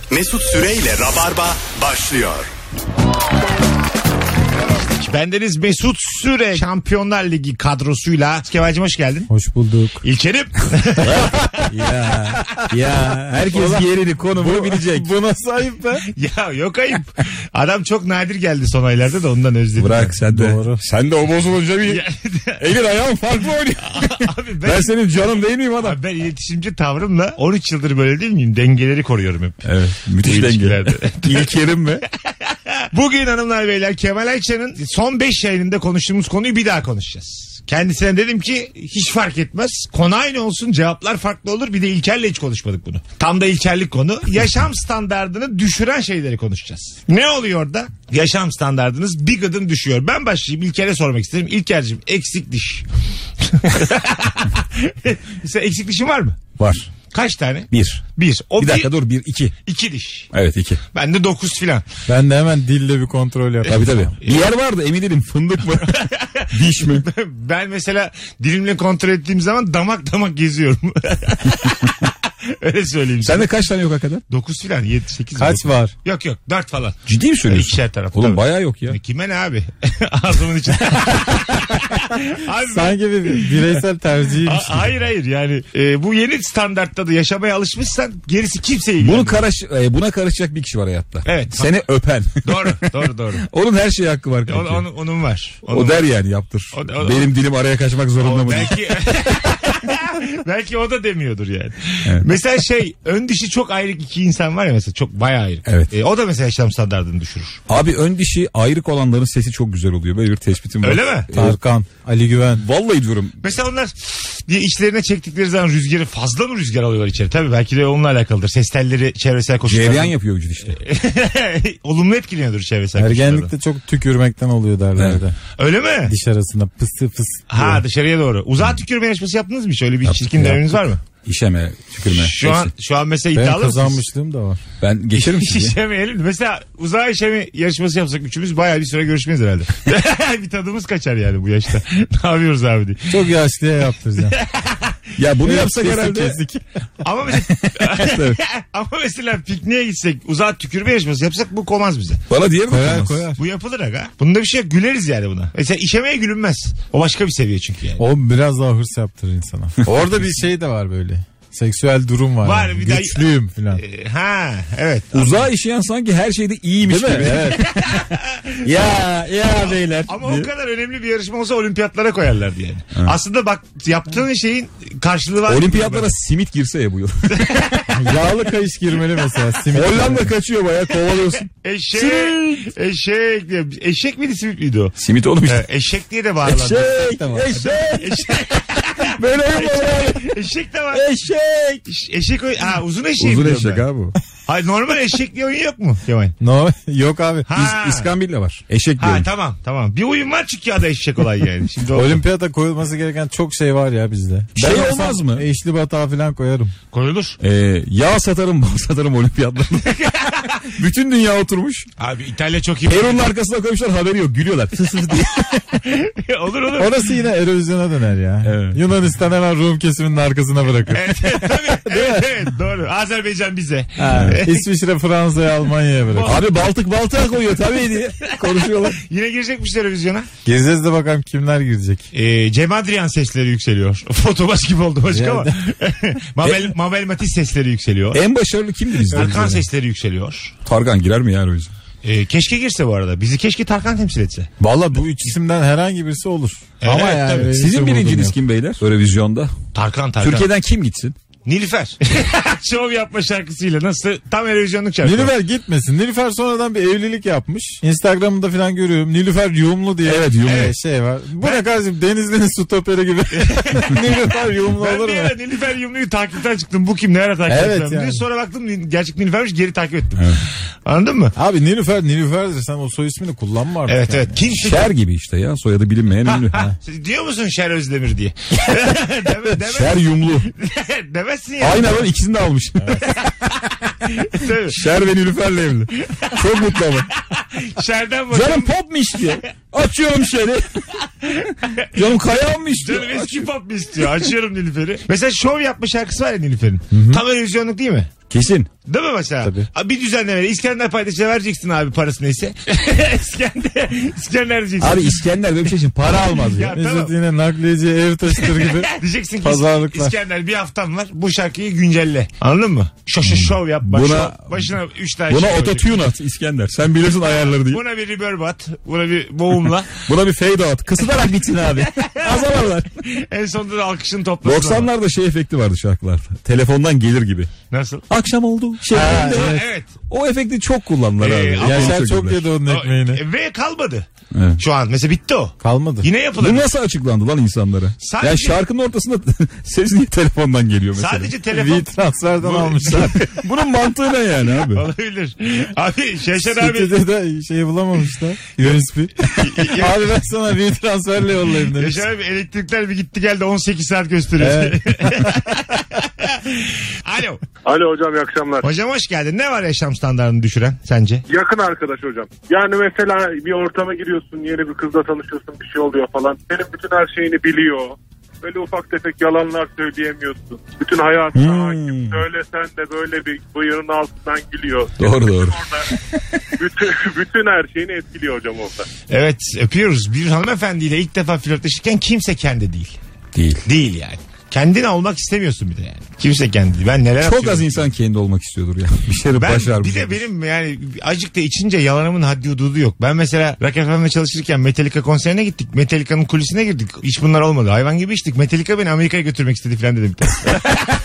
Mesut Süreyle Rabarba başlıyor. Bendeniz Mesut Süre Şampiyonlar Ligi kadrosuyla. Kemal'cim hoş geldin. Hoş bulduk. İlker'im. ya herkes yerini konumunu bilecek. Bu nasıl ayıp be? Ya yok ayıp. Adam çok nadir geldi son aylarda da ondan özledim. Bırak sen de. Doğru. Sen de o bozulunca bir elin ayağın farklı oynuyor. Abi Ben senin canın değil miyim adam? Abi ben iletişimci tavrımla 13 yıldır böyle değil miyim? Dengeleri koruyorum hep. Evet. Müthiş denge. İlker'im mi? Bugün hanımlar beyler Kemal Ayça'nın son 5 yayınında konuştuğumuz konuyu bir daha konuşacağız. Kendisine dedim ki hiç fark etmez. Konu aynı olsun, cevaplar farklı olur. Bir de İlker'le hiç konuşmadık bunu. Tam da İlker'lik konu. Yaşam standardını düşüren şeyleri konuşacağız. Ne oluyor da? Yaşam standardınız bir gıdım düşüyor. Ben başlayayım, İlker'e sormak isterim. İlker'cim, eksik diş. Sen eksik dişin var mı? Var. Kaç tane? Bir. O bir dakika dur, 2. 2 diş. Evet 2. Ben de 9 filan. Ben de hemen dille bir kontrol yapayım. Tabii. Bir yer vardı, emin değilim, fındık mı? Diş mi? Ben mesela dilimle kontrol ettiğim zaman damak geziyorum. Öyle söyleyeyim. Sende kaç tane yok hakikaten? 9 filan, 7 8. Kaç var? Yok 4 falan. Ciddi mi söylüyorsun? İkişer taraf. Oğlum tabii. bayağı yok ya. Kime ne abi? Ağzımın içinde. Abi Sanki bir bireysel tercihiymiş. Hayır yani bu yeni standartta da yaşamaya alışmışsan gerisi kimseye ilgilenmiyor. Buna karışacak bir kişi var hayatta. Evet. Seni öpen. Doğru. Onun her şeye hakkı var. Onun var. O der yani, yaptır. Benim dilim araya kaçmak zorunda mı? Belki o da demiyordur yani. Evet. Mesela ön dişi çok ayrık iki insan var ya mesela, çok bayağı ayrık. Evet. O da mesela yaşam standartını düşürür. Abi ön dişi ayrık olanların sesi çok güzel oluyor. Böyle bir tespitim var. Öyle mi? Tarkan, Ali Güven. Vallahi diyorum. Mesela onlar diye içlerine çektikleri zaman rüzgarı fazla mı rüzgar alıyorlar içeri? Tabii belki de onunla alakalıdır. Ses telleri çevresel koşullar. Cereyan yapıyor vücut işte. Olumlu etkileniyordur çevresel koşullar. Ergenlikte çok tükürmekten oluyor derler Evet. de. Öyle mi? Diş arasında pısı pıs. Ha, dışarıya doğru. Uzağa tükürme yarışması yaptınız mı hiç? Öyle bir çirkin denemeniz var mı? İşeme, tükürme. Şu an mesela Ben iddialı mısınız? kazanmışlığım da var. Ben geçerim sizi. İşemeyelim. Mesela uzağa işeme yarışması yapsak üçümüz bayağı bir süre görüşmeyiz herhalde. Bir tadımız kaçar yani bu yaşta. Ne yapıyoruz abi diye. Çok yaşlıya yaptıracağım. Ya bunu yapsak herhalde. Kesik. Ama mesela pikniğe gitsek uzağa tükürme yarışması yapsak bu komaz bize. Bana diye mi? Koyar. Bu yapılır aga. Bunda bir şey yok. Güleriz yani buna. Mesela işemeye gülünmez. O başka bir seviye çünkü yani. O biraz daha hırs yaptırır insana. Orada bir şey de var böyle. Seksüel durum var. Var, yani. bir daha- Güçlüyüm falan. Ha evet. Uzağa işeyen sanki her şeyde iyiymiş Değil mi? gibi. Evet. ya beyler. Ama o kadar önemli bir yarışma olsa olimpiyatlara koyarlardı yani. Aslında bak, yaptığın şeyin karşılığı var. Olimpiyatlara simit girse ya bu yıl. Yağlı kayış girmeli mesela. Simit. Hollanda kaçıyor bayağı, kovalıyorsun. Eşek diye. Eşek miydi, simit miydi o? Simit oğlum işte. Eşek diye de bağırırlar. Eşek. Böyle oyun mu abi? Eşek de var. Eşek. Eşek oyun. Ha, uzun eşeği Uzun biliyorum eşek ben. abi bu. Hayır, normal eşek diye oyun yok mu Kemal? No, yok abi. Ha. İskambil de var. Eşek Ha diyorum. tamam. Bir oyun var çünkü adı eşek olay yani. Şimdi Olimpiyata koyulması gereken çok şey var ya bizde. Şey Ben olmaz olsam mı? Eşli batağı falan koyarım. koyulur. Yağ satarım, bal satarım olimpiyatlarında. Bütün dünya oturmuş. Abi İtalya çok iyi. Peronun arkasına koymuşlar, haberi yok. Gülüyorlar. Fıs fıs diye. olur. Orası yine erozyona döner ya. Evet. Yunanistan hemen Rum kesiminin arkasına bırakır. Tabii. Evet, doğru. Azerbaycan bize. Ha, İsviçre Fransa'ya Almanya'ya bırakır. Abi Baltık'a koyuyor tabii diye konuşuyorlar. Yine girecekmiş televizyona. Gezeceğiz de bakalım kimler girecek. Cem Adrian sesleri yükseliyor. Fotobaş gibi oldu başka ama. Mabel Matiz sesleri yükseliyor. En başarılı kimdi bizde? Tarkan sesleri yükseliyor. Tarkan girer mi yani o yüzden? Keşke girse bu arada. Bizi keşke Tarkan temsil etse. Valla bu üç isimden herhangi birisi olur. Evet, Ama yani tabii. benim Sizin hiç birinciniz umudum yok. kim beyler? Eurovizyonda. Tarkan. Türkiye'den kim gitsin? Nilüfer. Şov yapma şarkısıyla nasıl? Tam Eurovizyonluk şarkı. Nilüfer gitmesin. Nilüfer sonradan bir evlilik yapmış. Instagram'da falan görüyorum. Nilüfer Yumlu diye. Evet, Yumlu. Şey var. Bu ne kardeşim, Denizli'nin stoperi gibi. Nilüfer Yumlu Ben olur bir mu? ara Nilüfer Yumlu'yu takipten çıktım. Bu kim, ne ara takip Evet ettim diye. yani. Sonra baktım gerçek Nilüfer'miş, geri takip ettim. Evet. Anladın mı? Abi Nilüfer'dir, sen o soy ismini kullanma artık. Evet yani. evet. Kimse... Şer gibi işte ya, soyadı bilinmeyen ünlü. Diyor musun Şer Özdemir diye? Şer Yumlu. Demezsin ya. Aynen, ben ikisini de almış. Tabii. Şer ve Nilüfer'le evli. Çok mutlu ama. Şerden bakıyorum. Canım pop mu istiyor? Açıyorum Şer'i. Canım Kayahan mı istiyor? Canım eski pop mu istiyor? Açıyorum Nilüfer'i. Mesela şov yapma şarkısı var ya Nilüfer'in. Tam Eurovizyonluk değil mi? Kesin. Değil mi mesela? Tabii. Abi bir düzenlemeli İskender paydaşına vereceksin abi parası neyse. İskender diyeceksin. Abi İskender böyle bir şey için para almaz ya. Ya Mesut tamam. yine nakliyeci ev taşıtır gibi. Diyeceksin ki Pazarlıklar. İskender bir haftam var bu şarkıyı güncelle. Anladın mı? Şov yap. Başına 3 tane Buna şey koyacak. ototune at İskender. Sen bilirsin ayarları diye. Buna bir reverb at. Buna bir boğumla. Buna bir fade out. Kısılarak bitsin abi. Azalarlar. En sonunda da alkışını toplasın. 90'larda şey efekti vardı şarkılarda. Telefondan gelir gibi. Nasıl? Akşam oldu. Ha, Evet. evet. O efekti çok kullandılar abi. ama Yaşar çok yedi onun ekmeğini. Ve kalmadı. Evet. Şu an mesela bitti o. Kalmadı. Yine yapılır. Bu nasıl açıklandı lan insanlara? Sadece- Yani şarkının ortasında ses niye telefondan geliyor mesela? Sadece telefon. V-Transfer'dan Bu- almışlar. Bunun mantığı ne yani abi? Olabilir. Abi Şeşer abi. City'de de şey bulamamışlar. USB. Abi ben sana V-Transfer'le yollayayım demiş. Yaşar abi elektrikler bir gitti geldi 18 saat gösteriyor. Evet. Alo. Alo hocam, iyi akşamlar. Hocam hoş geldin. Ne var yaşam standartını düşüren sence? Yakın arkadaş hocam. Yani mesela bir ortama giriyorsun, yeni bir kızla tanışıyorsun, bir şey oluyor falan. Senin bütün her şeyini biliyor. Böyle ufak tefek yalanlar söyleyemiyorsun. Bütün hayatına hakim. Söylesen de böyle bir bıyığının altından gülüyor. Doğru doğru. Orada bütün her şeyini etkiliyor hocam orada. Evet öpüyoruz. Bir hanımefendiyle ilk defa flörtleşirken kimse kendi değil. Değil. Değil yani. Kendin olmak istemiyorsun bir de yani. Kimse kendi değil. Ben neler Çok atıyorum. az insan kendi olmak istiyordur ya. Bir şeyleri Ben başarmış. bir de benim yani acık da içince yalanımın haddi hududu yok. Ben mesela Rock FM'de çalışırken Metallica konserine gittik. Metallica'nın kulisine girdik. Hiç bunlar olmadı. Hayvan gibi içtik. Metallica beni Amerika'ya götürmek istedi falan dedim bir tane.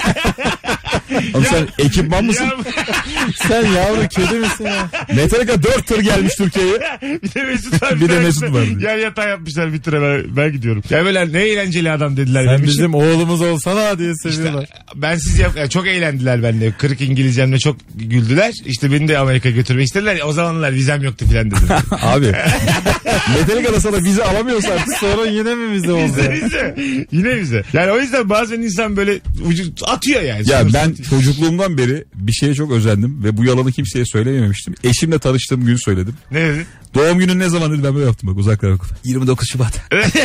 Oğlum sen ekipman mısın? Sen yavru kedi misin ya? Metallica 4 tır gelmiş Türkiye'ye. Bir de Mesut var. Bir de Mesut var. Yer yatağı yapmışlar bir tıra ben gidiyorum. Ya böyle ne eğlenceli adam dediler. Sen benim için. bizim oğlumuz olsana diye seviyorlar. İşte bensiz yani çok eğlendiler benimle. Kırık İngilizcemle çok güldüler. İşte beni de Amerika'ya götürmek istediler. O zamanlar vizem yoktu filan dedim. Abi. Metallica'da sana vize alamıyorsan Sonra yine mi bize oldu? Vize. Yine vize. Yani o yüzden bazen insan böyle atıyor yani. ya Sınırsız ben atıyor. çocukluğumdan beri bir şeye çok özendim ve bu yalanı kimseye söylememiştim. Eşimle tanıştığım gün söyledim. Ne dedin? Doğum günün ne zaman dedi, ben böyle yaptım bak uzaklara bakıp. 29 Şubat.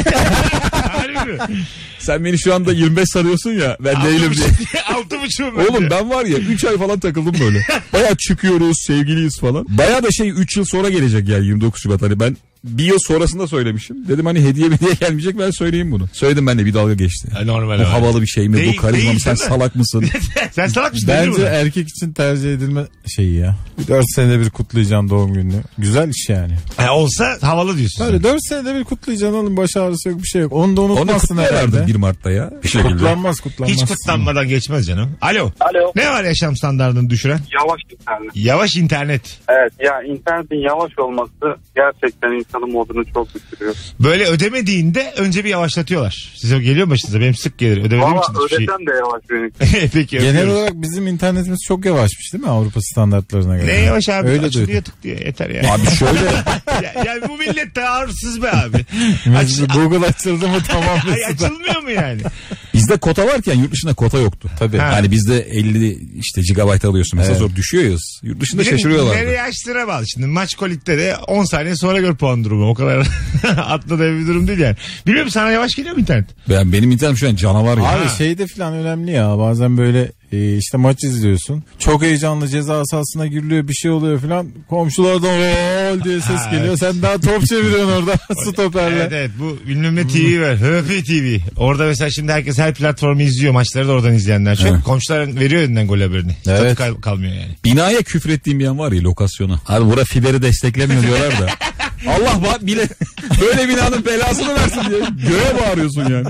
Harbi mi? Sen beni şu anda 25 sanıyorsun ya, ben değilim diye. 6,5'um ben. Oğlum ben var ya 3 ay falan takıldım böyle. Baya çıkıyoruz, sevgiliyiz falan. Baya da 3 yıl sonra gelecek yani 29 Şubat. Hani ben bir yıl sonrasında söylemişim. Dedim hani hediye gelmeyecek, ben söyleyeyim bunu. Söyledim, ben de bir dalga geçti. Normal. Bu havalı bir şey mi? Değil, Bu karizma değil, mı? Sen değil mi? salak mısın? Sen salak mısın? Bence Değil mi? erkek için tercih edilme şeyi ya. 4 senede bir kutlayacaksın doğum gününü. Güzel iş yani. Olsa havalı diyorsun. Böyle 4 senede bir kutlayacaksın oğlum, baş ağrısı yok bir şey yok. Onu da Onu unutmazsın kutluyorlardı herhalde. 1 Mart'ta ya. Bir şekilde. Kutlanmaz. Hiç kutlanmadan geçmez canım. Alo. Alo. Ne var yaşam standartını düşüren? Yavaş internet. Yavaş internet. Evet ya, internetin yavaş olması gerçekten insanın modunu çok düşürüyor. Böyle ödemediğinde önce bir yavaşlatıyorlar. Size geliyor mu başınıza? Benim sık gelir. Ödemediğim Valla için hiçbir şey. ödesem de yavaş benim. Peki Genel öpüyoruz. olarak bizim internetimiz çok yavaşmış değil mi Avrupa standartlarına göre? Ne yavaş abi? Öyle Açılıyor duydum. tık diye. Yeter ya. Abi şöyle. Yani bu millet de arsız be abi. Mesut, Google açıldı mı tamam Ay, Mesut. açılmıyor mu yani? Bizde kota varken yurt dışında kota yoktu. Tabii. Ha. Hani bizde 50 işte gigabayt alıyorsun. Mesela Evet. sonra düşüyoruz. Yurt dışında Bizim şaşırıyorlardı. nereye açtığına bağlı. Şimdi maç kolikte de 10 saniye sonra gör puan durumu. O kadar atladığı bir durum değil yani. Bilmiyorum, sana yavaş geliyor mu internet? Benim internetim şu an canavar ya. Abi şeyde falan önemli ya, bazen böyle işte maç izliyorsun. Çok heyecanlı, ceza sahasına giriliyor, bir şey oluyor falan. Komşulardan gol diye ses Ha, geliyor. evet. Sen daha top çeviriyorsun orada stoperle. Evet evet, bu bilmem ne TV var. HP TV. Orada mesela şimdi herkes her platformu izliyor. Maçları da oradan izleyenler çok. Evet. Komşular veriyor elinden gol haberini. Evet. Tadı kalmıyor yani. Binaya küfrettiğim bir yan var ya, lokasyona. Abi bura fiberi desteklemiyor diyorlar da. Allah bile böyle binanın belasını versin diye göğe bağırıyorsun yani.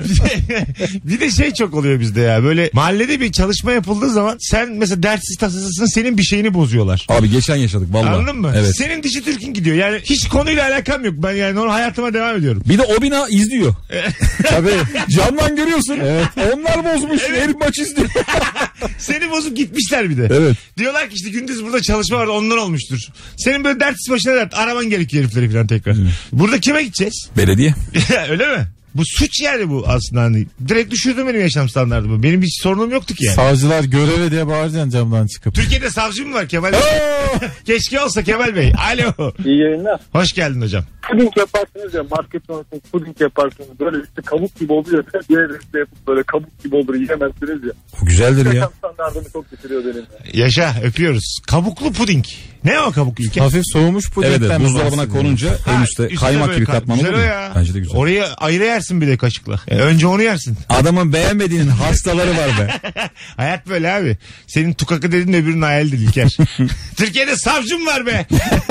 Bir de şey çok oluyor bizde ya. Böyle mahallede bir çalışma yapıldığı zaman sen mesela dertsiz tasasısın, senin bir şeyini bozuyorlar. Abi geçen yaşadık vallahi. Anladın mı? Evet. Senin dişi Türk'ün gidiyor. Yani hiç konuyla alakam yok. Ben yani normal hayatıma devam ediyorum. Bir de o bina izliyor. Tabii. Camdan görüyorsun. Evet. Onlar bozmuş. Herif maç izliyor. Seni bozup gitmişler bir de. Evet. Diyorlar ki işte gündüz burada çalışma vardı, ondan olmuştur. Senin böyle dertsiz başına dert. Araman gerekiyor herifleri falan tekrar. Burada kime gideceğiz? Belediye. Öyle mi? Bu suç yani bu aslında. Hani direkt düşürdü benim yaşam standartımı. Benim hiç sorunum yoktu ki yani. Savcılar göreve diye bağıracaksın camdan çıkıp. Türkiye'de savcı mı var Kemal Bey? Keşke olsa Kemal Bey. Alo. İyi yayınlar. Hoş geldin hocam. puding yaparsınız ya, market sonrasında puding yaparsınız. Böyle üstü kabuk gibi oluyor. Diğer üstü yapıp böyle kabuk gibi olur, yiyemezsiniz ya. Bu güzeldir ya. Yaşam standartını çok düşürüyor benim. Yaşa, öpüyoruz. Kabuklu puding. Ne o kabuk İlker? Hafif soğumuş pudingden. Evet, buzdolabına bahsediyorum. konunca en üstte üstüne kaymak böyle gibi katman güzel olur o ya. Bence de güzel. Orayı ayrı yersin bir de kaşıkla. Önce onu yersin. Adamın beğenmediğinin hastaları var be. Hayat böyle abi. Senin tukakı dediğin öbürünün hayalidir İlker. Türkiye'de savcım var be.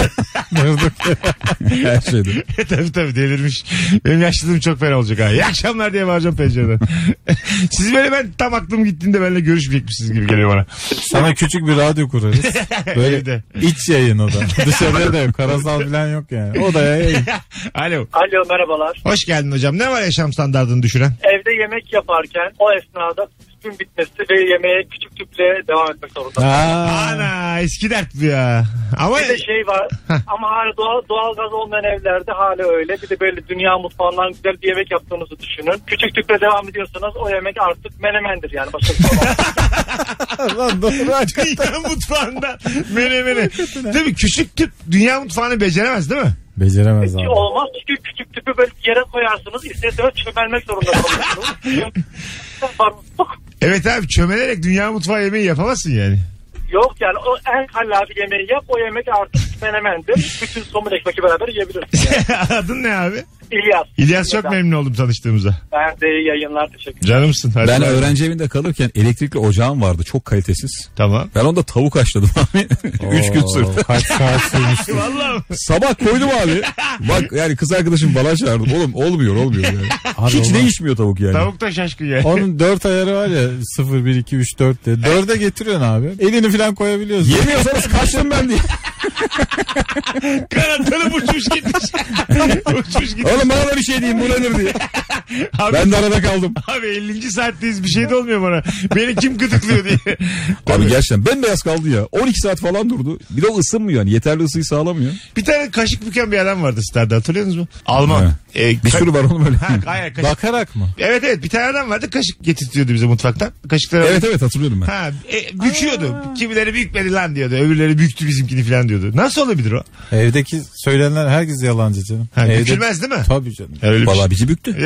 Her şeyde. tabii delirmiş. Benim yaşlılığım çok fena olacak ha. İyi akşamlar diye bağıracağım pencereden. Siz böyle ben tam aklım gittiğinde benimle görüşmeyecekmişsiniz gibi geliyor bana. Sana küçük bir radyo kurarız. Böyle Evde. iç yayın o da. Dışarıya da yok. Karasal falan yok yani. Odaya yayın. Alo. Alo, merhabalar. Hoş geldin hocam. Ne var yaşam standartını düşüren? Evde yemek yaparken o esnada tüpün bitmesi ve yemeğe küçük tüple devam etmek zorunda. Ana eski dert bu ya. Ama Bir de şey var ama hala doğal gaz olmayan evlerde hala öyle. Bir de böyle dünya mutfağından güzel bir yemek yaptığınızı düşünün. Küçük tüple devam ediyorsanız o yemek artık menemendir yani. Başka bir şey olmaz. Lan doğru. dünya mutfağında menemeni. Değil mi? Küçük tüp dünya mutfağını beceremez değil mi? Beceremez abi. Olmaz çünkü küçük tüpü böyle yere koyarsınız. İstediğiniz çömelmek zorunda kalıyorsunuz. Evet abi çömelerek dünya mutfağı yemeği yapamazsın yani. Yok yani o en kallavi yemeği yap, o yemek artık menemendir. Bütün somun ekmekle beraber yiyebilirsin. Adın ne abi? İlyas. İlyas çok memnun oldum tanıştığımıza. Ben de iyi yayınlar, teşekkür ederim. Canımsın. Hadi Ben bay bay. öğrenci evinde kalırken elektrikli ocağım vardı. Çok kalitesiz. Tamam. Ben onda tavuk haşladım abi. 3 gün sürdü. Kaç saat sürmüştü. Vallahi. Sabah koydum abi. Bak yani kız arkadaşım falan çağırdım. Oğlum olmuyor yani. Abi Hiç olmaz. değişmiyor tavuk yani. Tavuk da şaşkın ya. Onun 4 ayarı var ya 0, 1, 2, 3, 4 diye. 4'e getiriyorsun abi. Elini falan koyabiliyorsun. Yemiyorsanız kaçtım ben diye. Kanatları uçmuş gitmiş. uçmuş gitmiş. Oğlum bana da bir şey diyeyim bu nedir diye. Abi, Ben de arada kaldım. Abi 50. saatteyiz bir şey de olmuyor bana. Beni kim gıdıklıyor diye. Abi gerçekten bembeyaz kaldı ya. 12 saat falan durdu. Bir de o ısınmıyor yani. Yeterli ısıyı sağlamıyor. Bir tane kaşık büken bir adam vardı Star'da hatırlıyor musunuz? Alman. Bir sürü var oğlum öyle. Hayır kaşık. Bakarak mı? Evet bir tane adam vardı kaşık getirtiyordu bize mutfaktan. Kaşıkları Evet hatırlıyorum ben. Ha, büküyordu. Kimileri bükmedi lan diyordu. Öbürleri büktü bizimkini falan diyordu. Nasıl olabilir o? Evdeki söylenenler herkes yalancı canım. Ha, Evde... bükülmez değil mi? Tabii canım. Öyle bir Vallahi şey. bizi büktü.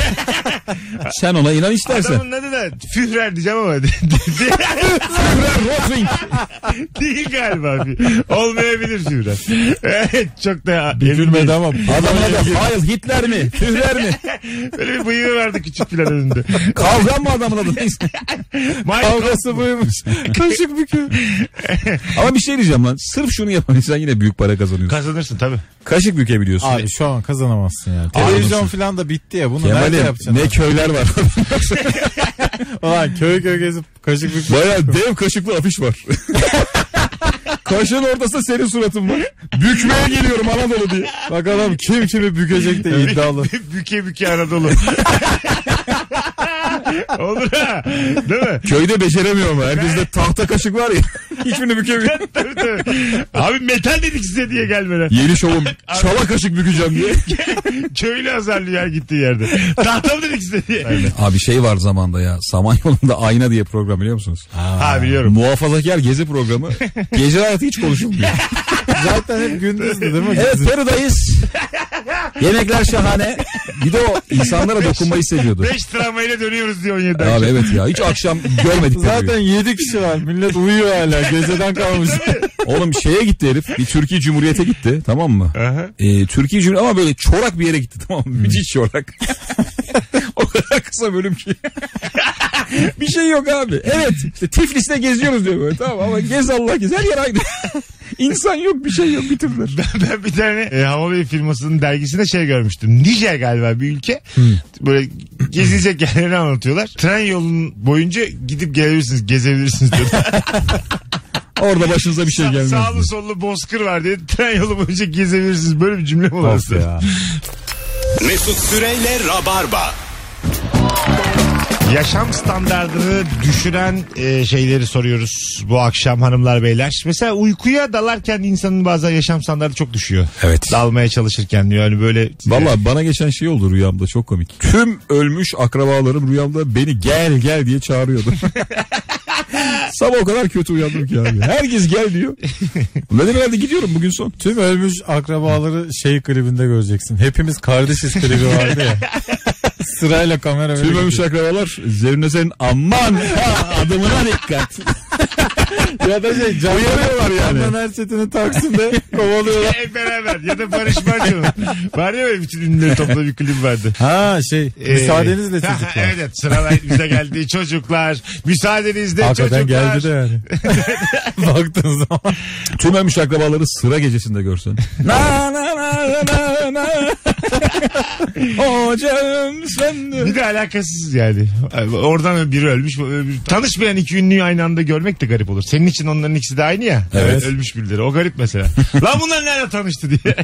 Sen ona inan istersen. Adamın adı da Führer diyeceğim ama Rotring. değil galiba. Olmayabilir Führer. Evet çok da Bükülmedi ama. Adamına da Heil Hitler mi? Führer mi? böyle bir bıyığı vardı küçük filan önünde. Kavgan mı adamın adı neyse. Kavgası buymuş. Kaşık büküyor. Ama bir şey diyeceğim lan. Sırf şunu yapan insan yine büyük para kazanıyorsun. Kazanırsın tabii. Kaşık bükebiliyorsun. Abi şu an kazanamazsın ya. Televizyon falan da bitti ya. Bunu nerede Kemal'im yapacaksın? ne köyler var. Ulan köy gezip kaşık büküyor. Baya dev kaşıklı afiş var. Kaşığın ortasında senin suratın var. Bükmeye geliyorum Anadolu diye. Bak adam kim kimi bükecek de iddialı. büke büke Anadolu. Olur ha. Değil mi? Köyde beceremiyorum ama. Herkeste tahta kaşık var ya. Hiçbirini bükemiyor. tabii. Abi metal dedik size diye gelmeden. Yeni şovum çala kaşık bükeceğim diye. Köylü azarlıyor gittiği yerde. Tahta mı dedik size diye. Abi şey var zamanda ya. Samanyolu'nda Ayna diye program biliyor musunuz? Ha biliyorum. Muhafazakar gezi programı. Gece hayatı hiç konuşulmuyor. Zaten hep gündüzdü değil mi? Evet Perı'dayız. Yemekler şahane. Bir de o insanlara dokunmayı seviyordu. 5 travmayla dönüyoruz diyor 17 Abi evet ya hiç akşam görmedik. Zaten 7 kişi var. Millet uyuyor hala. Geceden kalmış. Oğlum şeye gitti herif. Bir Türkiye Cumhuriyet'e gitti. Tamam mı? Aha. Türkiye Cumhuriyeti ama böyle çorak bir yere gitti. Tamam mı? Müthiş çorak. O kadar kısa bölüm ki. Bir şey yok abi. Evet. İşte Tiflis'te geziyoruz diyor böyle. Tamam ama gez Allah gez. Her yer aynı. İnsan yok bir şey yok bitirdiler. Ben bir tane Havalı firmasının dergisinde şey görmüştüm. Nijer galiba bir ülke. Böyle gezilecek yerlerini anlatıyorlar. Tren yolunun boyunca gidip gelebilirsiniz, gezebilirsiniz diyor. Orada başınıza bir şey gelmez. Sağlı sollu bozkır var diye tren yolu boyunca gezebilirsiniz. Böyle bir cümle mi olur? Of ya. Mesut Süreyle Rabarba. Yaşam standardını düşüren şeyleri soruyoruz bu akşam hanımlar beyler. Mesela uykuya dalarken insanın bazen yaşam standardı çok düşüyor. Evet. Dalmaya çalışırken diyor yani böyle. Valla bana geçen şey oldu rüyamda çok komik. Tüm ölmüş akrabalarım rüyamda beni gel diye çağırıyordu. Sabah o kadar kötü uyandım ki abi. Herkes gel diyor. Dedim herhalde gidiyorum bugün son. Tüm ölmüş akrabaları klibinde göreceksin. Hepimiz kardeşiz klibi vardı ya. Sırayla kamera Tüm ölmüş akrabalar Zerrin Özen'in aman adımına dikkat. Ya da uyarıyorlar yani. Candan Erçetin'i Taksim'de kovalıyorlar. Hep beraber ya da Barış Manço'nun. Var ya böyle bütün ünlüleri toplu bir klip vardı. Müsaadenizle çocuklar. Evet sıralar bize geldi çocuklar. Müsaadenizle hakikaten çocuklar. geldi de yani. Baktığın zaman. Tüm ölmüş akrabaları sıra gecesinde görsen. Na na na na na. Hocam sen de. Bir de alakasız yani. Oradan biri ölmüş. Tanışmayan iki ünlüyü aynı anda görmek de garip olur. Senin için onların ikisi de aynı ya. Evet. Ölmüş birileri. O garip mesela. Lan bunlar nerede tanıştı diye.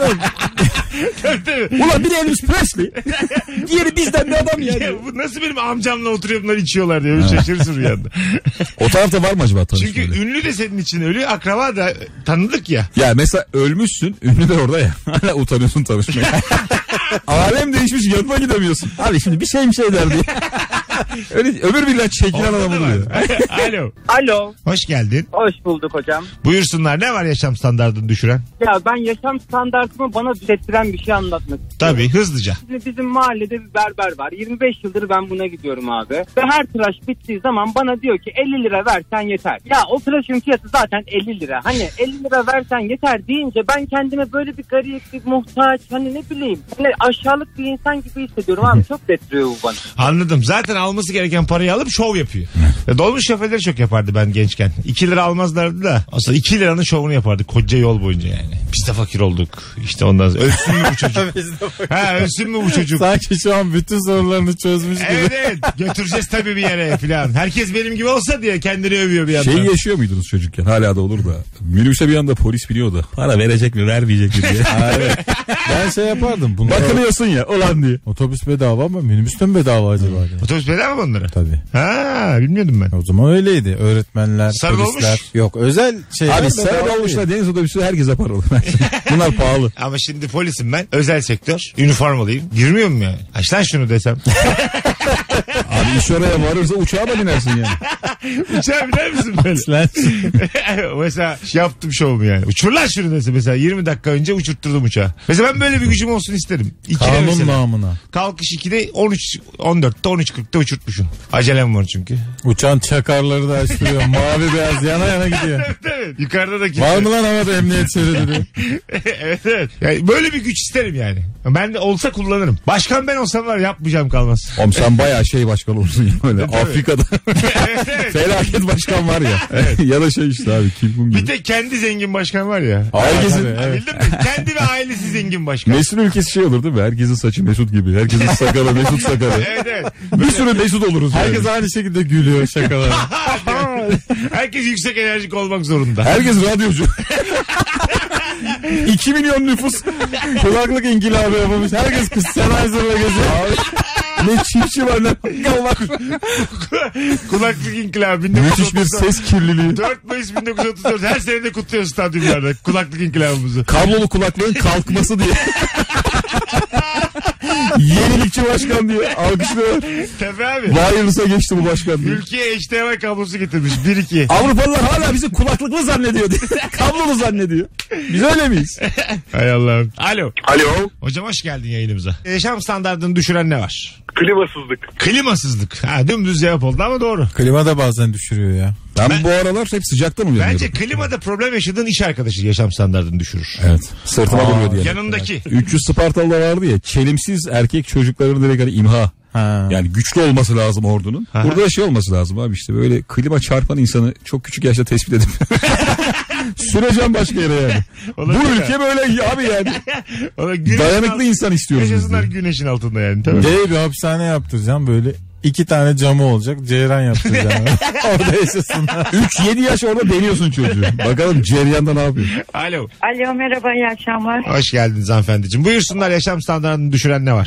Tabii. Ulan biri Elvis Presley. Diğeri bizden bir adam yani. Ya, bu nasıl benim amcamla oturuyor bunlar içiyorlar diye. Öyle şaşırırsın rüyanda. O tarafta var mı acaba tanışma? Çünkü ünlü de senin için ölü. Akraba da tanıdık ya. Ya mesela ölmüşsün, ünlü de orada ya. Hala utanıyorsun tanışmaya. Alem değişmiş, yanına gidemiyorsun. Abi şimdi bir şey der diye. Öyle öbür biriyle çekilen adam oluyor. Alo. Alo. Hoş geldin. Hoş bulduk hocam. Buyursunlar. Ne var yaşam standartını düşüren? Ya ben yaşam standartımı bana düzelttiren bir şey anlatmak istiyorum. Tabii hızlıca. Şimdi bizim mahallede bir berber var. 25 yıldır ben buna gidiyorum abi. Ve her tıraş bittiği zaman bana diyor ki 50 lira versen yeter. Ya o tıraşın fiyatı zaten 50 lira. Hani 50 lira versen yeter deyince ben kendime böyle bir garip, bir muhtaç, hani ne bileyim. Hani aşağılık bir insan gibi hissediyorum abi. Çok getiriyor bu bana. Anladım. Zaten alması gereken parayı alıp şov yapıyor. Dolmuş şoförleri çok yapardı ben gençken. 2 lira almazlardı da. Aslında 2 liranın şovunu yapardı koca yol boyunca yani. Biz de fakir olduk. İşte ondan sonra. Ölsün mü bu çocuk? Ölsün mü bu çocuk? Sanki şu an bütün sorularını çözmüş gibi. Evet. Götüreceğiz tabii bir yere filan. Herkes benim gibi olsa diye kendini övüyor bir yandan. Şey yaşıyor muydunuz çocukken? Hala da olur da. Minibüse bir anda polis biniyor da. Para verecek mi vermeyecek mi diye. Evet. Ben şey yapardım. Bakılıyorsun ya ulan diye. Otobüs bedava ama minibüsten mi bedava acaba? Otobüs bedava mı onlara? Tabii. Ha, bilmiyordum ben. O zaman öyleydi. Öğretmenler, Sarı polisler. olmuş. Yok özel şeyler. Abi sarı olmuşlar deniz otobüsü herkese para olur. Bunlar pahalı. Ama şimdi polisim ben. Özel sektör. Üniformalıyım. Girmiyor mu yani? Aç lan şunu desem. Abi iş oraya varırsa uçağa da binersin yani. Uçağa biner misin böyle? Mesela yaptım şovumu yani. Uçur lan şunu desem mesela 20 dakika önce uçurtturdum uçağı. Mesela ben böyle bir gücüm olsun isterim. Kanun namına. Kalkış 2'de 14'te 13.40'da uçurtmuşum. Acelem var çünkü. Uçağın çakarları da açtırıyor. Mavi beyaz yana yana gidiyor. Evet. Yukarıda da Var mı lan havada emniyet şeridi? Evet. Yani böyle bir güç isterim yani. Ben de olsa kullanırım. Başkan ben olsam var yapmayacağım kalmaz. Oğlum sen bayağı şey başkan olursun ya böyle. Tabii. Afrika'da Evet. felaket başkan var ya. Ya da şey işte abi Kim Jong-un Bir gibi. tek kendi zengin başkan var ya. Herkesin Bildin mi? Kendi ve ailesi zengin başkan. Mesut ülkesi şey olur değil mi? Herkesin saçı Mesut gibi. Herkesin sakalı Mesut sakalı. Evet. Bir sürü Mesut oluruz yani. Herkes aynı şekilde gülüyor şakalara. Herkes yüksek enerjik olmak zorunda. Herkes radyocu. 2 milyon nüfus. Kulaklık inkılabı yapılmış. Herkes kız Sennheiser'la geziyor. Ne çiftçi var ne bakkal var. Kulaklık inkılabı. Müthiş bir ses kirliliği. 4 Mayıs 1934 her sene de kutluyoruz stadyumlarda kulaklık inkılabımızı. Kablolu kulaklığın kalkması diye. Yenilikçi başkan diye alkışlıyor. Tabii abi. Wireless'a geçti bu başkan diye. Ülkeye HDMI kablosu getirmiş. 1-2. Avrupalılar hala bizi kulaklıklı zannediyor diye. Kablolu zannediyor. Biz öyle miyiz? Hay Allah'ım. Alo. Alo. Hocam hoş geldin yayınımıza. Yaşam standartını düşüren ne var? Klimasızlık. Klimasızlık. Ha, dümdüz cevap oldu ama doğru. Klima da bazen düşürüyor ya. Ben bu aralar hep sıcaktan uyanıyorum. Bence klimada problem yaşadığın iş arkadaşı yaşam standartını düşürür. Evet. Sırtıma vuruyor diye. Yanındaki. 300 Spartalı'da vardı ya. Çelimsiz erkek çocukların direkt hani imha. Ha. Yani güçlü olması lazım ordunun. Aha. Burada da şey olması lazım abi işte böyle klima çarpan insanı çok küçük yaşta tespit edip süreceğim başka yere yani. Olabilir Bu ya. ülke böyle abi yani. Ona güneşin Dayanıklı insan istiyoruz biz Yaşasınlar de. güneşin altında yani. Tabii. Dev bir hapishane yaptıracağım böyle. 2 tane camı olacak. Ceyran yaptıracağım. Orada yaşasınlar. 3-7 yaş orada deniyorsun çocuğu. Bakalım ceryanda ne yapıyor? Alo. Alo merhaba iyi akşamlar. Hoş geldiniz hanımefendiciğim. Buyursunlar yaşam standartını düşüren ne var?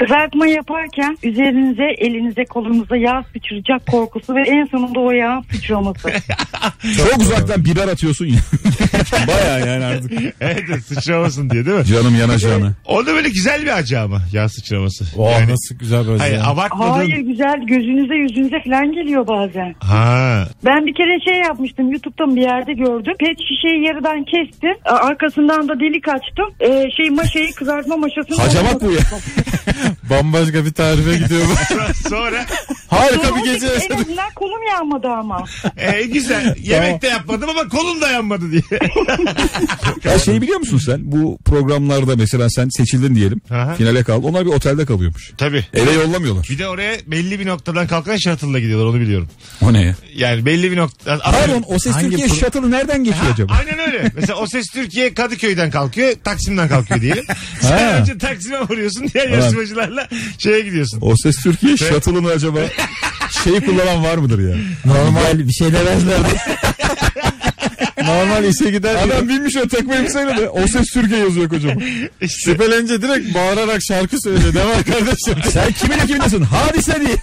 Kızartma yaparken üzerinize, elinize, kolunuza yağ sıçrayacak korkusu ve en sonunda o yağın sıçraması. Çok uzaktan biber atıyorsun ya. Baya yani artık. Evet, sıçramasın diye değil mi? Canım yanacağını. O da böyle güzel bir acı ama yağ sıçraması. Oh, Yani- nasıl güzel böyle. Hayır, abartmadığın... Hayır, güzel, gözünüze yüzünüze falan geliyor bazen. Ha. Ben bir kere yapmıştım, YouTube'dan bir yerde gördüm. Pet şişeyi yarıdan kestim. Arkasından da delik açtım. Maşayı, kızartma maşasını... Hacamat bu ya. Bambaşka bir tarife gidiyor bu. Sonra Harika bir gece En yaşadık. azından kolum yanmadı ama. güzel. Yemek de yapmadım ama kolum da yanmadı diye. Ya şeyi biliyor musun sen? Bu programlarda mesela sen seçildin diyelim. Aha. Finale kaldın. Onlar bir otelde kalıyormuş. Tabii. Eve yollamıyorlar. Bir de oraya belli bir noktadan kalkan shuttle'la gidiyorlar, onu biliyorum. O ne ya? Yani belli bir nokta... Pardon, O Ses Hangi Türkiye pro- shuttle'ı nereden geçiyor acaba? Aynen öyle. Mesela O Ses Türkiye Kadıköy'den kalkıyor, Taksim'den kalkıyor diyelim. Sen önce Taksim'e vuruyorsun, diğer yarışmacılarla şeye gidiyorsun. O Ses Türkiye shuttle'ını acaba kullanan var mıdır ya? Normal bir şey demezlerdi. Normal işe gider. Adam bilmiş o tekme elbiseyle de O Ses Türkiye yazıyor kocaman. Şüphelenince direkt bağırarak şarkı söylüyor. Ne var kardeşim? Sen kimin ekibinesin? Hadise diye.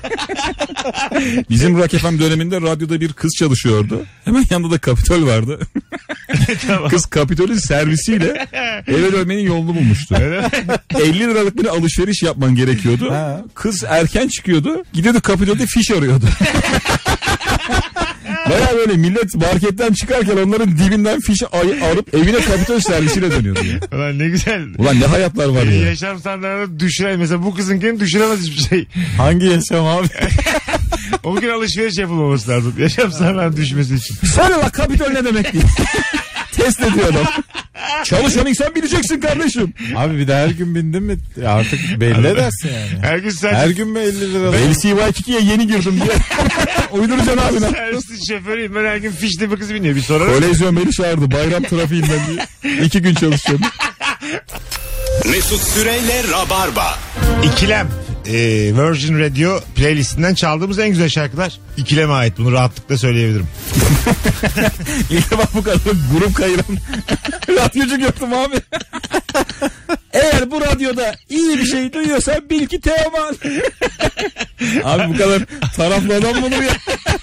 Bizim Rock FM döneminde radyoda bir kız çalışıyordu. Hemen yanında da Kapitol vardı. Kız Kapitol'ün servisiyle eve dönmenin yolunu bulmuştu. 50 liralık bir alışveriş yapman gerekiyordu. Ha. Kız erken çıkıyordu. Gidiyordu Kapitol'de fiş arıyordu. Baya böyle millet marketten çıkarken onların dibinden fişi arıp evine Kapitol servisiyle dönüyordu ya. Ulan ne güzel. Ulan ne hayatlar var ya. Yaşam standartını düşüren, mesela bu kızınkini düşüremez hiçbir şey. Hangi yaşam abi? O gün alışveriş yapılmaması lazım. Yaşam standartının düşmesi için. Söyle la Kapitol ne demek diye. Test ediyor adam. Çalışan insan bileceksin kardeşim. Abi bir de her gün bindin mi artık belli edersin yani. Her gün sen... Her gün mü 50 lira? LCY2'ye yeni girdim diye. Uyduracaksın abi lan. Servisin şoförüyüm, ben her gün fişli bir kız biniyor. Bir sorar. Kolezyon beni çağırdı bayram trafiğinden diye. 2 gün çalışıyordum. Mesut Süreyle Rabarba. İkilem. Virgin Radio playlistinden çaldığımız en güzel şarkılar İkilem'e ait. Bunu rahatlıkla söyleyebilirim. İlk defa bu kadar grup kayıran radyocu gördüm abi. Eğer bu radyoda iyi bir şey duyuyorsan bil ki Teoman. Abi bu kadar taraflı adam mı olur ya?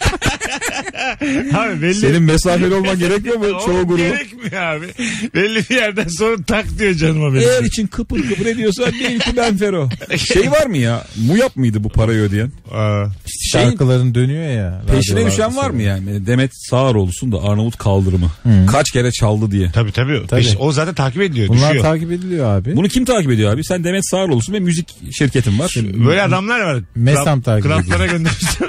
Abi belli. Senin mesafeli olman gerekmiyor mu çoğu grubu? Gerekmiyor abi. Belli bir yerden sonra tak diyor canıma benim. Eğer için kıpır kıpır ediyorsan bil ki ben Fero. Şey var mı ya? Muyap mıydı bu parayı ödeyen? Aa, Şarkıların dönüyor ya. Peşine radyolarda düşen var mı söylüyor. yani? Demet Sağaroğlu'sun da Arnavut kaldırımı. Kaç kere çaldı diye. tabii. Tabii. O zaten takip ediliyor. Bunlar düşüyor. takip ediliyor abi. Bunu kim takip ediyor abi? Sen Demet Sağaroğlu'sun ve müzik şirketin var. Böyle adamlar var. Mesam takip ediyor. Klaplara göndermişler.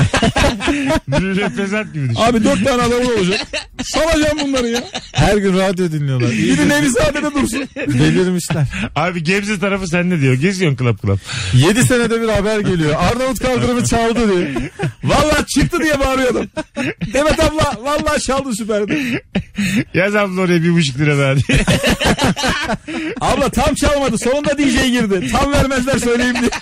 Bir reprezent gibi düşün. Abi 4 tane adamın olacak. Salacağım bunları ya. Her gün radyo dinliyorlar. Biri Nevizade'de dursun. Delirmişler. Abi Gebze tarafı sende diyor. Geziyorsun klap. 7 senede bir haber geliyor. Arnavut kaldırımı çaldı diye. Vallahi çıktı diye bağırıyordum. Demet abla vallahi çaldı süperdi. Yaz abla oraya 1,5 lira verdi. Abla tam çalmadı. Sonunda DJ girdi. Tam vermezler söyleyeyim diye.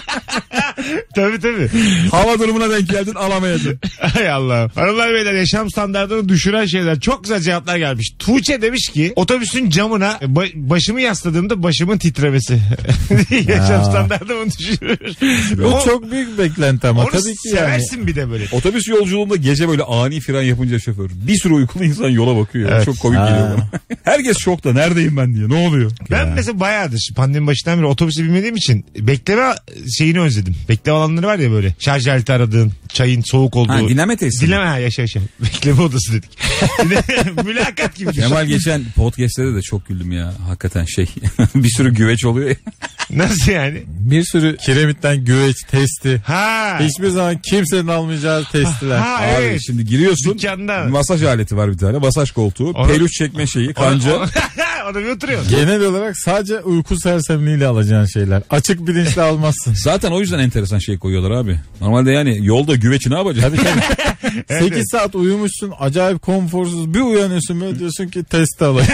tabii. Hava durumuna denk geldin alamayasın. Hay Allah. Hanımlar beyler, yaşam standartını düşüren şeyler. Çok güzel cevaplar gelmiş. Tuğçe demiş ki otobüsün camına başımı yasladığımda başımın titremesi. Yaşam standartını düşürür. Bu çok büyük beklenti ama Onu tabii ki yani. seversin bir de böyle. Otobüs yolculuğunda gece böyle ani fren yapınca şoför. Bir sürü uykulu insan yola bakıyor. Evet. Çok komik geliyor bana. Herkes şokta. Neredeyim ben diye. Ne oluyor? Ben mesela bayağıdır pandemi başından beri otobüse binmediğim için bekleme şeyini özledim. Bekleme alanları var ya böyle. Şarj aleti aradığın, çayın soğuk olduğu. dinleme tesisi. Dinleme yaşa. Bekleme odası dedik. Mülakat gibi. Kemal geçen podcast'te de çok güldüm ya. Hakikaten bir sürü güveç oluyor ya. Nasıl yani? Bir sürü kiremitten güveç testi. Ha. Hiçbir zaman kimsenin almayacağı testiler. Ha, Abi evet. şimdi giriyorsun. Dükkanda. Masaj aleti var bir tane. Masaj koltuğu. Peluş çekme şeyi. Kanca. Ona bir oturuyor. Genel olarak sadece uyku sersemliğiyle alacağın şeyler. Açık bilinçle almazsın. Zaten o yüzden enteresan şey koyuyorlar abi. Normalde yani yolda güveci ne yapacaksın? 8 saat uyumuşsun, acayip konforsuz, bir uyanıyorsun böyle diyorsun ki testi alayım.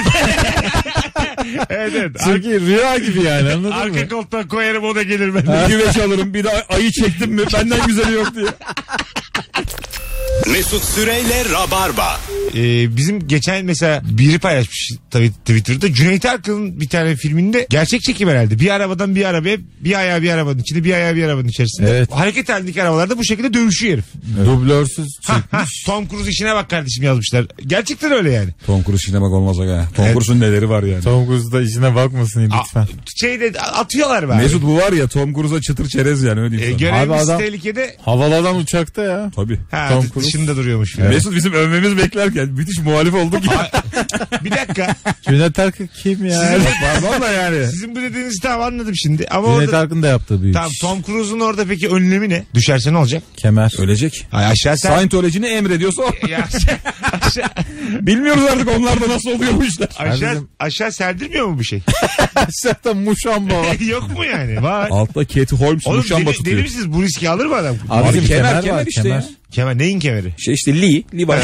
Evet. Çünkü rüya gibi yani, anladın mı? Arka koltuğa koyarım, o da gelir benden. Güveç alırım bir de ayı çektim mi benden güzeli yok diye. Mesut Süreyle Rabarba. Bizim geçen mesela biri paylaşmış tabii Twitter'da. Cüneyt Arkın'ın bir tane filminde gerçek çekim herhalde. Bir arabadan bir arabaya, bir ayağı bir arabanın içinde, bir ayağı bir arabanın içerisinde. Evet. Hareket halindeki arabalarda bu şekilde dövüşüyor herif. Dublörsüz çekmiş. Tom Cruise işine bak kardeşim yazmışlar. Gerçekten öyle yani. Tom Cruise işine bak olmaz aga. Tom Cruise'un neleri var yani. Tom Cruise da işine bakmasın lütfen. Şeyde atıyorlar be abi. Mesut bu var ya Tom Cruise'a çıtır çerez yani öyle diyeyim sana. Abi Görevimiz adam- tehlikede. Havalardan uçakta ya. Tabii. Tom Cruise. Dışında duruyormuş. Mesut bizim övmemiz beklerken müthiş muhalif olduk ya. Bir dakika. Cüneyt Arkın kim ya? Pardon da yani. Sizin bu dediğinizi tamam anladım şimdi. Ama Cüneyt orada... Arkın da yaptığı büyük Tamam iş. Tom Cruise'un orada peki önlemi ne? Düşerse ne olacak? Kemer. Ölecek. Ay aşağı sen... Scientology emrediyorsa o. Ya, aşağı, Bilmiyoruz artık onlarda nasıl oluyor bu işler. aşağı serdirmiyor mu bir şey? Aşağıda muşamba var. Yok mu yani? Var. Altta Katie Holmes Oğlum muşamba deli tutuyor. misiniz? Bu riski alır mı adam? Abi kemer kemer var işte kemer. ya. Kemer neyin kemeri? Şey işte Lee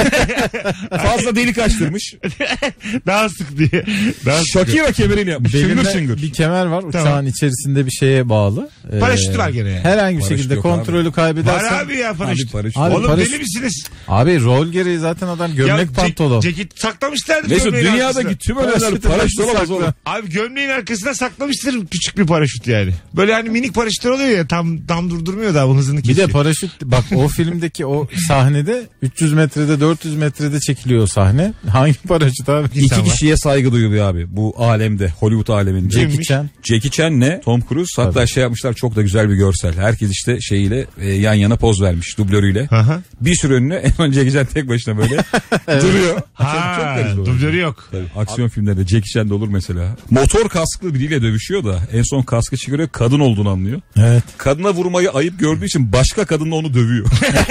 fazla delik açtırmış. Daha sık diye. Daha sık. Shakira kemerini yapmış. Şıngır Belinde şıngır. bir kemer var uçağın Tamam. içerisinde bir şeye bağlı. Paraşütü var gene yani. Herhangi bir Paraşüt şekilde yok kontrolü Var kaybedersen. abi ya paraşüt. Abi paraşüt. Abi Oğlum paraşüt- deli misiniz? Abi rol gereği zaten adam gömlek pantolon. Ceket saklamışlardır. Mesut gömleğin dünyadaki arkasına. tüm öneler Paraşütü paraşüt olamaz sakla. oğlum. Abi gömleğin arkasına saklamıştır küçük bir paraşüt yani. Böyle hani minik paraşütler oluyor ya tam durdurmuyor da bu hızını Bir kesiyor. de paraşüt bak o filmdeki o sahnede 300 metrede 400 metrede çekiliyor o sahne. Hangi paraşüt abi? İki kişiye saygı duyuluyor abi bu alemde, Hollywood aleminde. Jackie Chan. Jackie Chan'le Tom Cruise hatta şey yapmışlar, çok da güzel bir görsel. Herkes işte şeyiyle yan yana poz vermiş dublörüyle. Aha. Bir sürü önüne en önce Jackie Chan tek başına böyle duruyor. Ha, garip oluyor. dublörü yok. Tabii, aksiyon filmlerinde Jackie Chan de olur mesela. Motor kasklı biriyle dövüşüyor da en son kaskı çıkarıyor, kadın olduğunu anlıyor. Evet. Kadına vurmayı ayıp gördüğü için başka kadınla onu dövüyor.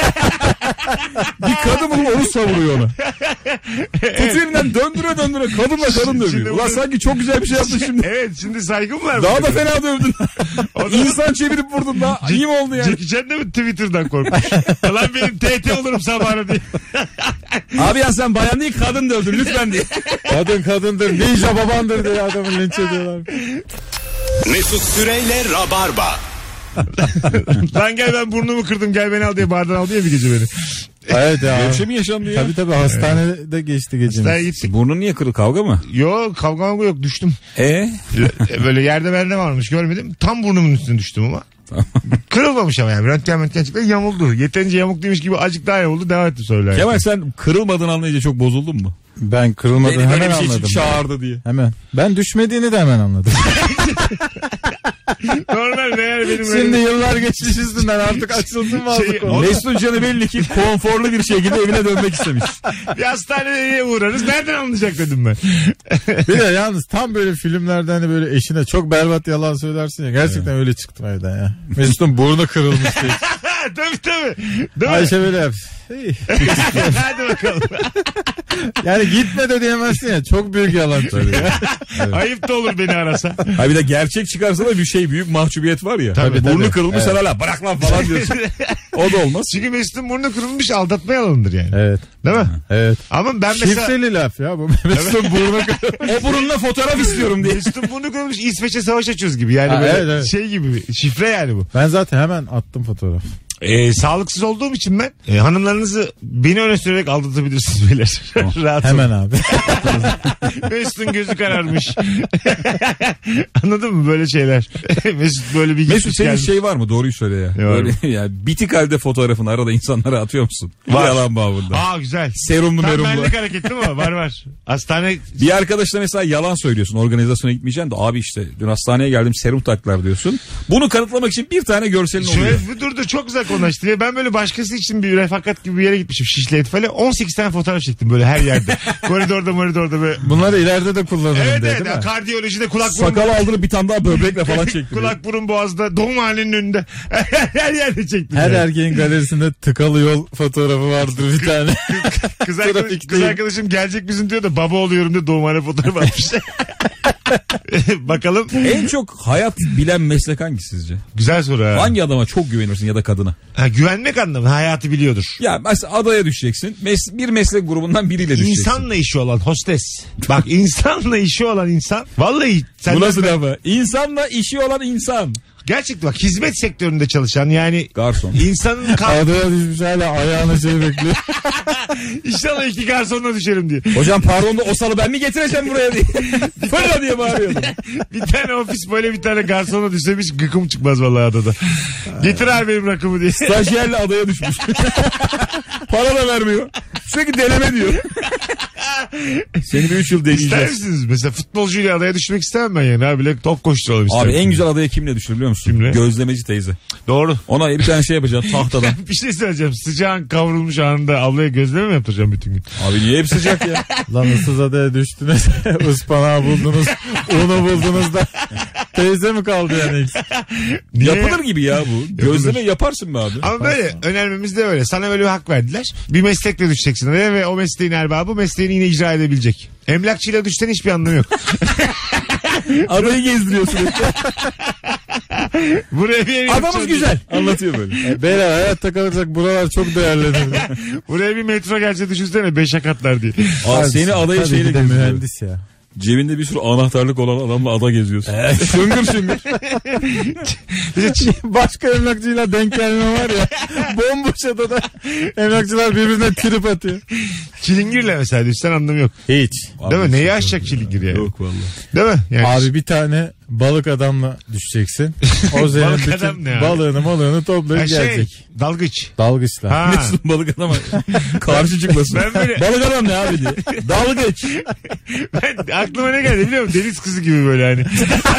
Bir kadın bulup onu savuruyor ona. Tutuyor elinden döndüre kadınla kadın dövüyor. Şimdi Ulan bunu- sanki çok güzel bir şey yaptın şimdi. Evet şimdi saygım var. Daha bu da kadar. fena dövdün. İnsan çevirip vurdun da iyi mi oldu yani? Jackie Chan de mi Twitter'dan korkmuş? Lan benim TT olurum sabahına diye. Abi ya sen bayan değil kadın dövdün lütfen diye. Kadın kadındır, ninja babandır diye adamı linç ediyorlar. Mesut Süreyle Rabarba. Lan gel ben burnumu kırdım gel beni al diye bardan al diye bir gece beni. Evet ya. Böyle bir şey mi yaşandı ya? Tabii hastanede geçti gecemiz. Sen gittik. Burnun niye kırık, kavga mı? Yok kavga yok düştüm. E Böyle yerde bende varmış görmedim. Tam burnumun üstüne düştüm ama. Kırılmamış ama yani. Röntgen çıktı yamuldu. Yeterince yamukluymuş gibi azıcık daha yamuldu. Devam ettim söyle. Kemal sen kırılmadığını anlayınca çok bozuldun mu? Ben kırılmadığını Beni böyle hemen bir şey için anladım. çağırdı diye. Hemen. Ben düşmediğini de hemen anladım. Normal meğer benim Şimdi yıllar geçmiş üstünden artık açılsın mı Şey, aldık onu? Mesut Can'ı belli ki konforlu bir şekilde evine dönmek istemiş. bir hastaneye uğrarız. Nereden anlayacak dedim ben. Bir de yalnız tam böyle filmlerde hani böyle eşine çok berbat yalan söylersin ya. Gerçekten öyle çıktım evden ya. Mesut'un burnu kırılmıştı. tabii. Değil mi? Ayşe böyle yap. Hey. Hadi bakalım. Yani gitme de diyemezsin ya. Çok büyük yalan söylüyor. Ayıp da olur beni arasa. Ha bir de gerçek çıkarsa da bir şey, büyük mahcubiyet var ya. Tabii, Burnu tabii. kırılmış sen hala bırak lan falan diyorsun. O da olmaz. Çünkü Mesut'un burnu kırılmış aldatma yalanıdır yani. Evet. Değil mi? Evet. Ama ben mesela... Şifreli laf ya bu. Mesut'un burnu kırılmış. O burunla fotoğraf istiyorum diye. Mesut'un burnu kırılmış İsveç'e savaş açıyoruz gibi. Yani Ha, böyle evet. şey gibi. Şifre yani bu. Ben zaten hemen attım fotoğraf. Sağlıksız olduğum için ben hanımlarınızı beni öne sürerek aldatabilirsiniz beyler. Rahat olun. Hemen abi. Mesut'un gözü kararmış. Anladın mı böyle şeyler? Mesut böyle bir Mesut senin gelmiş. şey var mı? Doğruyu söyle ya. var Böyle yani bitik halde fotoğrafını arada insanlara atıyor musun? Var. Yalan babında. Aa güzel. Serumlu Tam merumlu. benlik hareket değil mi? Var. Hastane Bir arkadaşla mesela yalan söylüyorsun. Organizasyona gitmeyeceksin de abi işte dün hastaneye geldim serum taktılar diyorsun. Bunu kanıtlamak için bir tane görselin oluyor. şöyle dur çok güzel konuştu ya. Ben böyle başkası için bir refakat gibi bir yere gitmişim. Şişli Etfal'e 18 tane fotoğraf çektim böyle her yerde. koridorda böyle. Bunları ileride de kullanırım Evet diye evet. değil mi? Kardiyolojide kulak burun. Sakal aldırıp bir tane daha böbrekle falan çekti. Kulak burun boğazda doğum halinin önünde. her yerde çektim. Her yani. erkeğin galerisinde tıkalı yol fotoğrafı vardır bir tane. Kız arkadaşım gelecek bizim diyor da baba oluyorum diye doğumhane fotoğrafı atmış. Bakalım. En çok hayat bilen meslek hangisi sizce? Güzel soru ha. Hangi adama çok güvenirsin ya da kadına? Ha, güvenmek anlamında hayatı biliyordur. Ya mesela adaya düşeceksin. Bir meslek grubundan biriyle düşeceksin. İnsanla işi olan hostes. Bak insanla işi olan insan. Vallahi sen Bu nasıl lafı? İnsanla işi olan insan. Gerçekten bak, hizmet sektöründe çalışan yani Garson. insanın Adaya düşmüş hala ayağına şey bekliyor. İnşallah 2 garsonla düşerim diye. Hocam pardon da o salı ben mi getireceğim buraya diye. Fırla diye bağırıyordum. Bir tane ofis böyle bir tane garsona düşsemiş, gıkım çıkmaz vallahi adada. Getir abi benim rakımı diye. Stajyerle adaya düşmüş. Para da vermiyor. Sürekli deneme diyor. Seni bir 3 yıl İster deneyeceğiz. misiniz? Mesela futbolcuyla adaya düşmek istemem ben yani. Abi bile top koşturalım isterim. Abi en güzel adaya kimle düşür biliyor musun? Kimle? Gözlemeci teyze. Doğru. Ona bir tane şey yapacaksın tahtadan. Bir şey söyleyeceğim. Sıcağın kavrulmuş anında ablaya gözleme mi yaptıracağım bütün gün? Abi niye hep sıcak ya? Lan ıssız adaya düştünüz. Ispanağı buldunuz. Unu buldunuz da. Teyze mi kaldı yani? Niye? Yapılır gibi ya bu. Gözleme yaparsın mı abi? Ama böyle önermemiz de öyle. Sana böyle bir hak verdiler. Bir meslekle düşeceksin oraya ve o mesleğin erbabı mesleğini yine icra edebilecek. Emlakçıyla düşten hiçbir anlamı yok. Adayı gezdiriyorsun. Buraya bir ev Adamız yapacağız. güzel. Anlatıyor böyle. Beyler hayatta kalacak buralar çok değerli. Buraya bir metro gelse düşünsene 5'e katlar diye. Abi seni adayı Tabii şeyle ki de gezdiriyor. mühendis ya. Cebinde bir sürü anahtarlık olan adamla ada geziyorsun. Şıngır şıngır. Başka emlakçıyla denk gelme var ya. Bomboş adada emlakçılar birbirine trip atıyor. Çilingirle mesela düşsen anlamı yok. Hiç. Değil mi? Neyi aşacak çilingir yani? Yok vallahi. Değil mi? Yani Abi bir tane balık adamla düşeceksin. O senin Balık adam bütün ne abi? balığını toplayıp gelecek. Dalgıç. Dalgıçlar. Ha. Mesut'un balık adama karşı çıkmasın. Ben böyle- Balık adam ne abi diye. Dalgıç. Ben, aklıma ne geldi biliyor musun? Deniz kızı gibi böyle hani.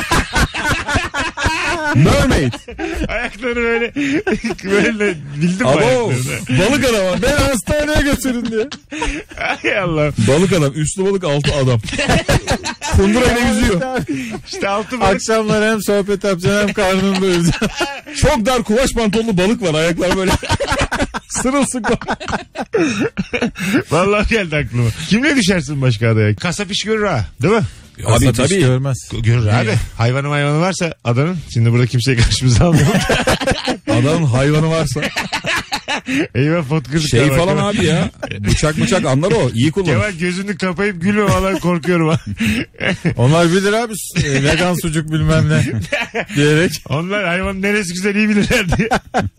Mermaid. Ayakları böyle böyle bildim mi Abo. ayaklarını? Balık adam. Ben hastaneye götürün diye. Ay Allah. Balık adam. Üstü balık altı adam. Kundurayla yüzüyor. İşte altı balık. Akşamlar hem sohbet yapacaksın hem karnını doyuracaksın. Çok dar kumaş pantolonlu balık var. Ayaklar böyle. Sırılsıklam. Vallahi geldi aklıma. Kimle düşersin başka adaya? Kasap iş görür ha. Değil mi? Abi Kasap iş tabii. görmez. Görür abi. Hayvanı varsa adanın. Şimdi burada kimseyi karşımıza almıyor. Adamın hayvanı varsa. Eyvah potkırdık. Şey falan abi ya. Bıçak anlar o. İyi kullanır. Kemal gözünü kapayıp gülme vallahi korkuyorum ha. Onlar bilir abi vegan sucuk bilmem ne diyerek. Onlar hayvanın neresi güzel iyi bilirler diye.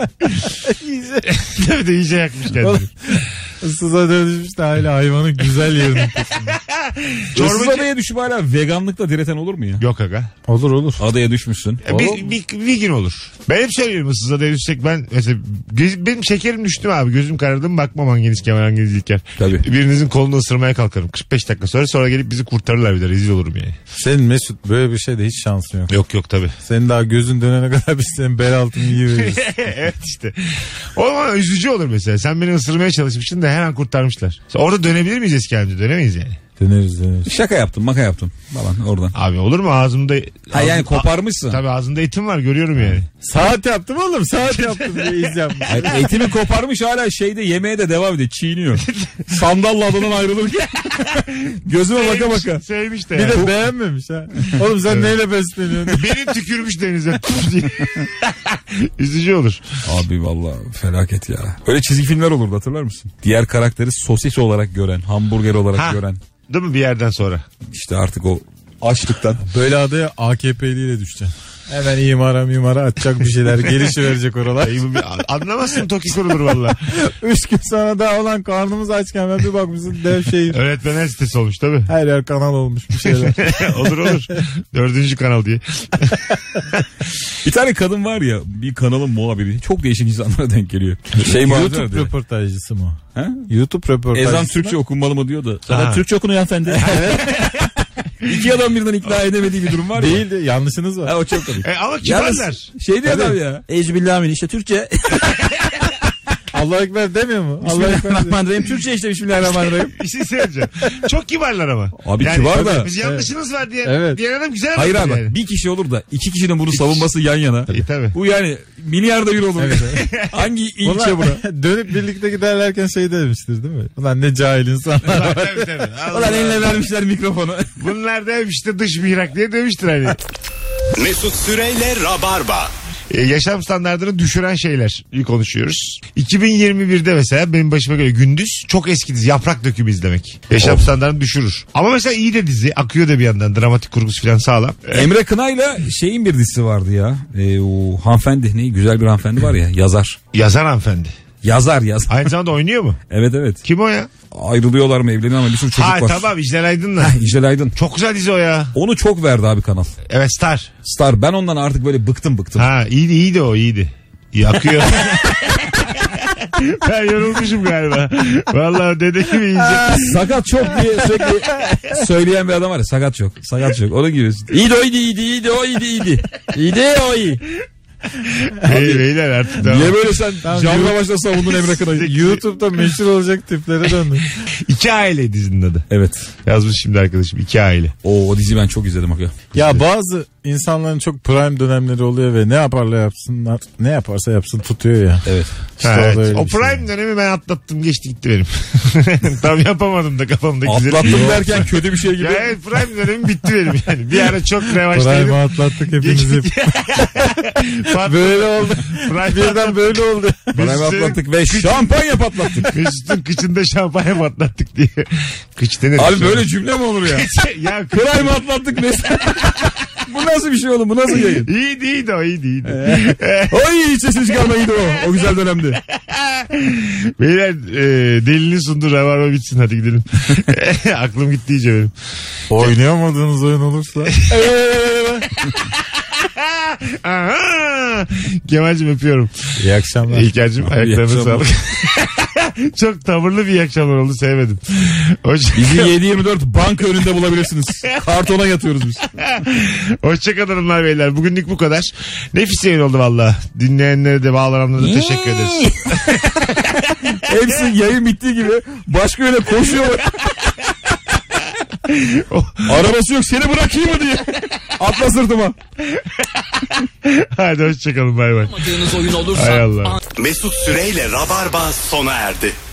Tabii de iyice yakmış kendini. Issız adaya düşmüş de hala hayvanın güzel yerinin. Issız adaya düşüp hala veganlıkla direten olur mu ya? Yok aga. Olur. Adaya düşmüşsün. Bir gün olur. Ben hep söylüyorum ıssız adaya düşsek ben mesela benim şekerim düştü abi. Gözüm karardı mı bakmam hanginiz Kemal hanginiz İlker. Tabii. Birinizin kolunu ısırmaya kalkarım. 45 dakika sonra gelip bizi kurtarırlar bir de rezil olurum yani. Senin Mesut böyle bir şeyde hiç şansın yok. Yok tabii. Senin daha gözün dönene kadar biz senin bel altını yiyiveririz. Evet işte. O zaman üzücü olur mesela. Sen beni ısırmaya çalışmışsın da her an kurtarmışlar. Orada dönebilir miyiz eski halimize? Dönemeyiz yani. Döneriz. Şaka yaptım maka yaptım falan oradan. Abi olur mu ağzımda... Ha yani koparmışsın. Tabii ağzında etim var görüyorum yani. Saat yaptım oğlum saat yaptım diye iz yapmış. Hayır, etini koparmış hala şeyde yemeğe de devam ediyor. Çiğniyor. Sandalla adadan ayrılırken. Gözüme baka baka. Sevmiş de Bir yani. de beğenmemiş ha. Oğlum sen neyle besleniyorsun? Beni tükürmüş denize. Üzücü olur. Abi valla felaket ya. Öyle çizgi filmler olurdu hatırlar mısın? Diğer karakteri sosis olarak gören, hamburger olarak Ha. gören. Değil mi bir yerden sonra? İşte artık o açlıktan. Böyle adaya AKP'liyle düşeceksin. Hemen imara atacak bir şeyler gelişiverecek oralar. Anlamazsın Toki kurulur valla. 3 gün sonra daha olan karnımız açken ben bir bakmışsın dev şehir. Öğretmenler sitesi olmuş tabii. Her yer kanal olmuş bir şeyler. olur. 4. kanal diye. Bir tane kadın var ya bir kanalın muhabiri. Çok değişik insanlara denk geliyor. Şey YouTube röportajcısı mı? Ha? YouTube röportajcısı Ezan mı? Türkçe okunmalı mı diyor da. Ha. Zaten Türkçe okunuyor hanımefendi. İki adam birden ikna edemediği bir durum var ya. Değil de yanlışınız var. Ha, o çok komik. Ama kibarlar. Yalnız şey diyor adam ya. Ecbillahmin işte Türkçe. Allah Ekber demiyor mu? Allah Ekber diyor. Bismillahirrahmanirrahim. Türkçe işte Bismillahirrahmanirrahim. Bir şey söyleyeceğim. Çok kibarlar ama. Abi kibar da. Biz yanlışınız var diye. Evet. Diyen adam güzel Hayır adam abi yani. bir kişi olur da iki kişinin bunu savunması yan yana. Tabii. Bu yani milyarda bir olur. Hangi ilçe buna? Dönüp birlikte giderlerken şey demiştir değil mi? Ulan ne cahil insanlar var. Tabii. Allah Ulan eline Allah. vermişler mikrofonu. Bunlar da hep işte dış mihrak diye demiştir hani. Mesut Süreyle Rabarba. Yaşam standartını düşüren şeyler konuşuyoruz. 2021'de mesela benim başıma göre gündüz çok eski dizi Yaprak Dökümü izlemek. Yaşam standartını düşürür. Ama mesela iyi de dizi. Akıyor da bir yandan. Dramatik kurgusu falan sağlam. Emre Kınay'la şeyin bir dizisi vardı ya. O hanımefendi ne? Güzel bir hanımefendi var ya. Yazar. Yazar hanımefendi. Yazar. Aynı zamanda oynuyor mu? Evet. Kim o ya? Ayrılıyorlar mı evleniyor ama bir sürü çocuk var. Tamam İclal Aydın'la. İclal Aydın. Çok güzel dizi o ya. Onu çok verdi abi kanal. Evet Star. Star. Ben ondan artık böyle bıktım. Ha iyiydi o iyiydi. İyi akıyor. Ben yorulmuşum galiba. Vallahi dede gibi yiyecek. Sakat çok diye sürekli söyleyen bir adam var ya. Sakat çok. Onun gibi. İyiydi o iyiydi. İyiydi o iyi. Beyler artık tamam. Niye böyle sen canla başla savundun Emre Kınay'ı? YouTube'da meşhur olacak tiplere döndü. 2 Aile dizinin adı. Evet. Yazmış şimdi arkadaşım 2 Aile. O diziyi ben çok izledim bak ya. Ya bazı insanların çok prime dönemleri oluyor ve ne yaparlar yapsınlar, ne yaparsa yapsın tutuyor ya. Evet. İşte Evet. o da öyle O bir şey. prime dönemi ben atlattım geçti gitti benim. Tam yapamadım da kafamdaki Atlattım derken kötü bir şey gibi. Ya evet prime dönemi bitti benim yani. Bir ara çok revaçtaydım. Prime'ı atlattık hepimizi. Böyle oldu. Birden böyle oldu. Prime atlattık ve şampanya patlattık. Mesut'un kıçında şampanya patlattık diye. Kıç denir. Abi böyle cümle mi olur ya? Ya Prime atlattık mesela. Bu nasıl bir şey oğlum? Bu nasıl yayın? iyiydi o iyiydi. O iyi hiç sesini çıkarmaydı o. O güzel dönemdi. Beyler delinin sunduğu rabarba bitsin hadi gidelim. Aklım gitti iyice benim. Oynayamadığınız oyun olursa. Aha! Kemal'cim öpüyorum. İyi akşamlar. İlker'cim ayaklarına sağlık. Çok tavırlı bir iyi akşamlar oldu sevmedim. Bizi 7/24 banka önünde bulabilirsiniz. Kartona yatıyoruz biz. Hoşçakalın hanımlar beyler. Bugünlük bu kadar. Nefis yayın oldu valla. Dinleyenlere de bağlananlara da teşekkür ederiz. Hepsi yayın bittiği gibi başka yöne koşuyor. Arabası yok seni bırakayım mı diye. Atla sırtıma. Hadi hoşçakalın bay bay. Oyun olursa Hay Allah. Mesut Süreyle Rabarba sona erdi.